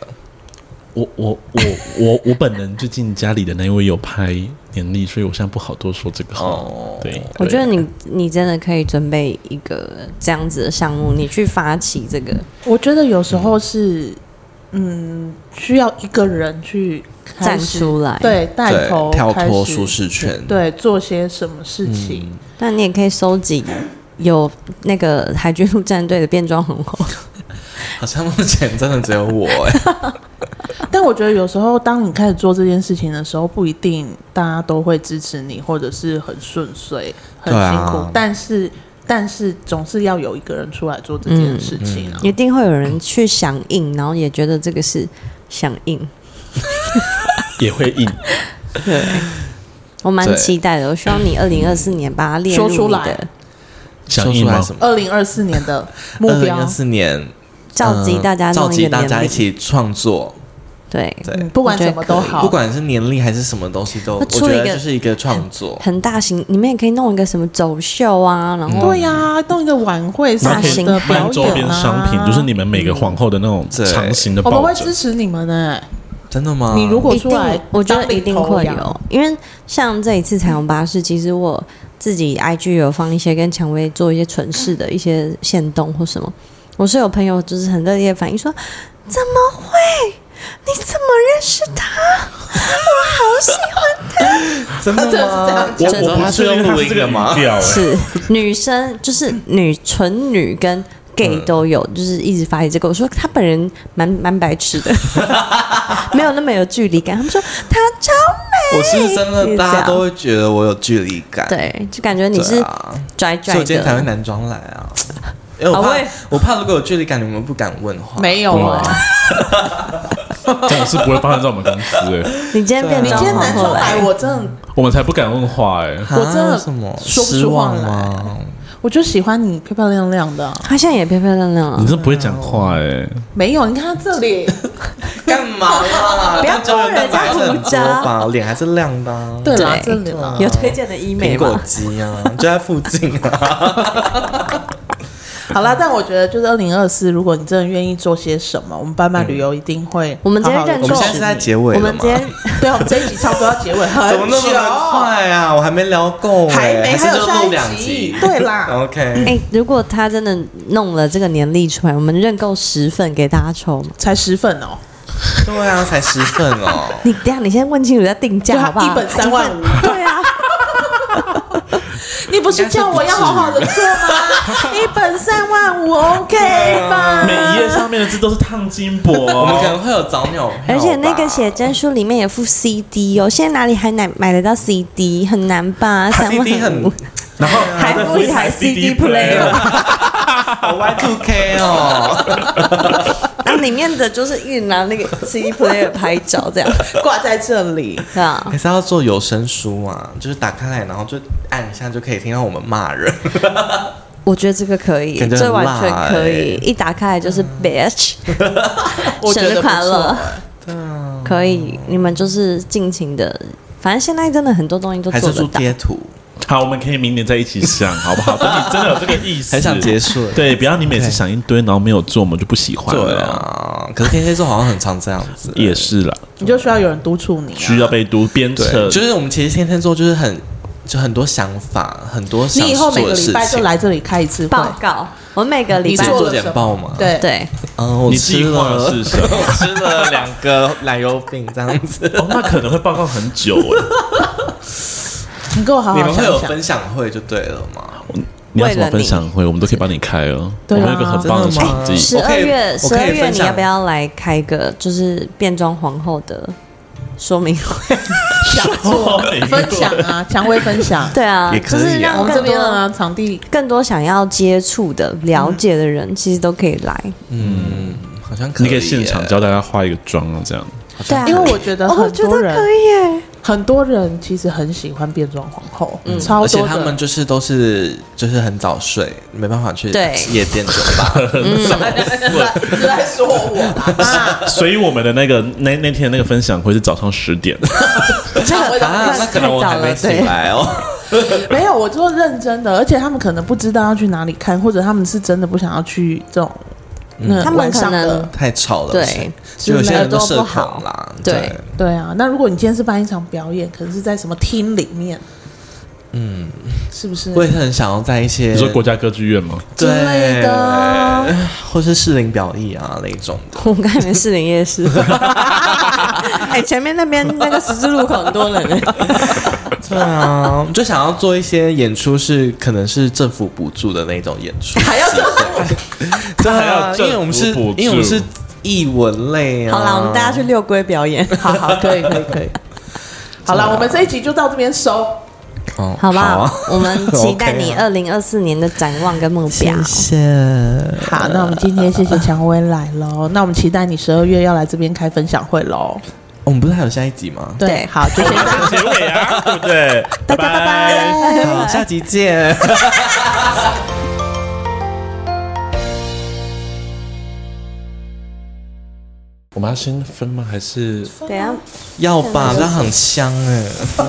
我本人最近家里的那一位有拍年历，所以我现在不好多说这个话。对， 我觉得你真的可以准备一个这样子的项目，你去发起这个。 我觉得有时候是，需要一个人去站出来， 对，带头跳脱舒适圈， 对，做些什么事情。 那你也可以收集有那个海军陆战队的变装皇后。 好像目前真的只有我但我觉得有时候当你开始做这件事情的时候，不一定大家都会支持你，或者是很顺遂、很辛苦。但是总是要有一个人出来做这件事情一定会有人去响应，然后也觉得这个是响应， 也会应。 对，我蛮期待的。我希望你2024年把它列入你的说出来。 响应吗 ？2024年的目标 ，2024年召集大家弄一个年历， 召集大家一起创作。 对， 不管什么都好， 不管是年历还是什么东西都，我觉得就是一个创作， 很大型。你们也可以弄一个什么走秀啊，然后对呀，弄一个晚会，大型的表演周边商品，就是你们每个皇后的那种长形的抱枕。 我们会支持你们的。 真的吗？ 你如果出来， 我觉得一定会有，因为像这一次彩虹巴士，其实我自己 IG 有放一些跟蔷薇做一些蠢事的一些限动或什么，我是有朋友就是很热烈的反应说，怎么会？你怎么认识他？我好喜欢他！ 真的吗？ 我不是用录音的吗？ 是女生，就是纯女跟 gay 都有，就是一直发起这个。我说他本人蛮白痴的，没有那么有距离感。他们说他超美， 我是真的，大家都会觉得我有距离感。 对，就感觉你是拽拽的。 所以我今天才会男装来啊。因为我怕如果有距离感，你们不敢问话。 没有啊， 这种事不会发生在我们公司你今天变装男装来，我真的， 我们才不敢问话我真的什么说不出话来。我就喜欢你漂漂亮亮的， 他现在也漂漂亮亮了。 你真的不会讲话没有，你看他这里干嘛啦？ 不要偷人家胡渣， 脸还是亮的。 对啦，这里啦， 有推荐的医美吗？ 苹果肌啊，就在附近啊。 好啦，但我觉得就是2024，如果你真的愿意做些什么，我们伴伴旅游一定会好好的。 我们今天认购， 我们现在是在结尾了吗？ 对，我们这一集差不多要结尾，很久。 怎么那么快啊？我还没聊够还有下 2集。 对啦 ，OK。 如果他真的弄了这个年历出来，我们认购10份给大家抽， 才10份哦。 对啊，才10份哦。 你等一下，你先问清楚再定价好不好？ 一本3万5。 对啊。 你不是叫我要好好的做吗？一本3万5 OK 吧？ 每一页上面的字都是烫金箔， 我们可能会有早鸟票， 而且那个写真书里面也附 CD 哦。现在哪里还买得到 CD？ 很难吧？3万5， 然后还附一台 CD player， 好 Y2K 哦。 然后里面的就是一直拿那个 CD player 拍照，这样挂在这里。 对啊， 还是要做有声书啊，就是打开来，然后就按一下就可以听到我们骂人。 我觉得这个可以，这完全可以，一打开来就是 bitch， 生日快乐，可以，你们就是尽情的，反正现在真的很多东西都做得到。 贴图。 好，我们可以明年再一起想，好不好？等你真的有这个意思， 很想结束。 对，不要你每次想一堆，然后没有做，我们就不喜欢了。 对啊，可是天蝎座好像很常这样子。 也是啦， 你就需要有人督促你， 需要被鞭策。 就是我们其实天蝎座就是很多想法，很多想你以后每个礼拜就来这里开一次报告。我每个礼拜做简报嘛。 对， 我吃了是什么？ 我吃了2个奶油饼这样子。 那可能会报告很久你跟我好好想想。 你们会有分享会就对了嘛？ 你要什么分享会，我们都可以帮你开哦。 对啊， 我们有一个很棒的场地。 12月你要不要来开个就是变装皇后的说明会？ 讲座分享啊，蔷薇分享。 对啊， 也可以。 就是让我们这边的场地更多想要接触的、了解的人，其实都可以来。 好像可以。 你可以现场教大家化一个妆啊，这样。 对啊， 因为我觉得很多人可以耶。 很多人其实很喜欢变装皇后，超多的， 而且他们都是很早睡，没办法去夜店酒吧。 你在说我？ 所以我们的那天那个分享会是早上10点。 那可能我还没起来哦。 没有，我说认真的，而且他们可能不知道要去哪里看，或者他们是真的不想要去这种。 他们可能太吵了， 对， 就有些人都社不好恐啦， 对对啊。那如果你今天是办一场表演，可能是在什么厅里面，是不是？ 我也很想要在一些你说国家歌剧院吗？ 之类的， 或是士林表艺啊那种的。 我们刚才没士林夜市，前面那边那个十字路口很多人。 对啊，就想要做一些演出，是可能是政府补助的那种演出， 还要对啊因为我们是艺文类啊。 好啦，我们大家去六龟表演。 好，可以。好啦，我们这一集就到这边收。 好吧， 好啊我们期待你2024年的展望跟目标。 谢谢。 好，那我们今天谢谢蔷薇来喽。那我们期待你12月要来这边开分享会喽。 我们不是还有下一集吗？ 对，好，就先这样， 结尾啊，对不对？ 大家拜拜。 好，下集见。 我们要先分吗？还是等一下要吧，这样很香哎。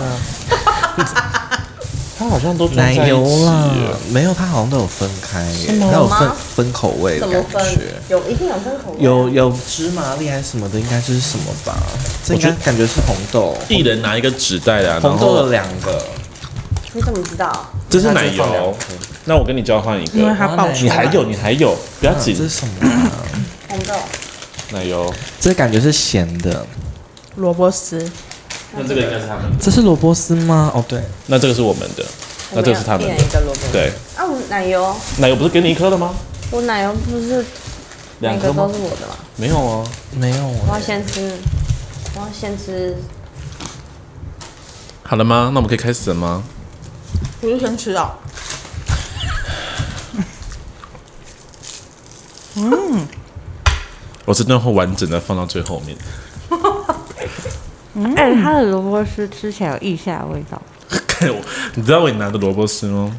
它好像都装奶在一油啦起耶， 没有，它好像都有分开耶， 吗它有分口味的感觉。 一定有分口味。 有芝麻粒还是什么的，应该就是什么吧？这应该感觉是红豆， 一人拿一个纸袋啊，然红豆后有2个， 你怎么知道？ 这是奶油它就放两颗。 那我跟你交换一因为个， 它爆出你还有，不要紧这。是什么啊？ 红豆。 奶油， 这感觉是咸的， 萝卜丝， 那这个应该是他们的， 这是萝卜丝吗？哦，对， 那这个是我们的，那这个是他们一人的。 一个萝卜。 对， 啊，我奶油， 奶油不是给你1颗了吗？ 我奶油不是每 2颗吗个都是？我的吗？ 没有啊， 没有我要耶。 先吃。 好了吗？那我们可以开始了吗？ 我就先吃哦。 我真的会完整的放到最后面。 它的萝卜丝吃起来有腋下的味道。 看我，你知道我拿的萝卜丝吗？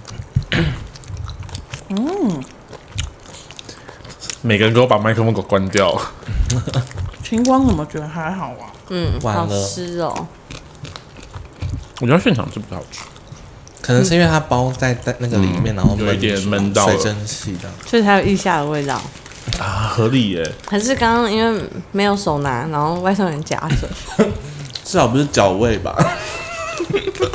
每个人给我把麦克风给我关掉。 晴光怎么觉得还好啊？ 好完了湿哦。 我觉得现场是比较好吃。 可能是因为它包在那个里面，然后有一点闷到了水蒸气这样。 所以才有腋下的味道。 啊，合理耶！ 还是刚刚因为没有手拿，然后外送员夹着。 至少不是脚味吧？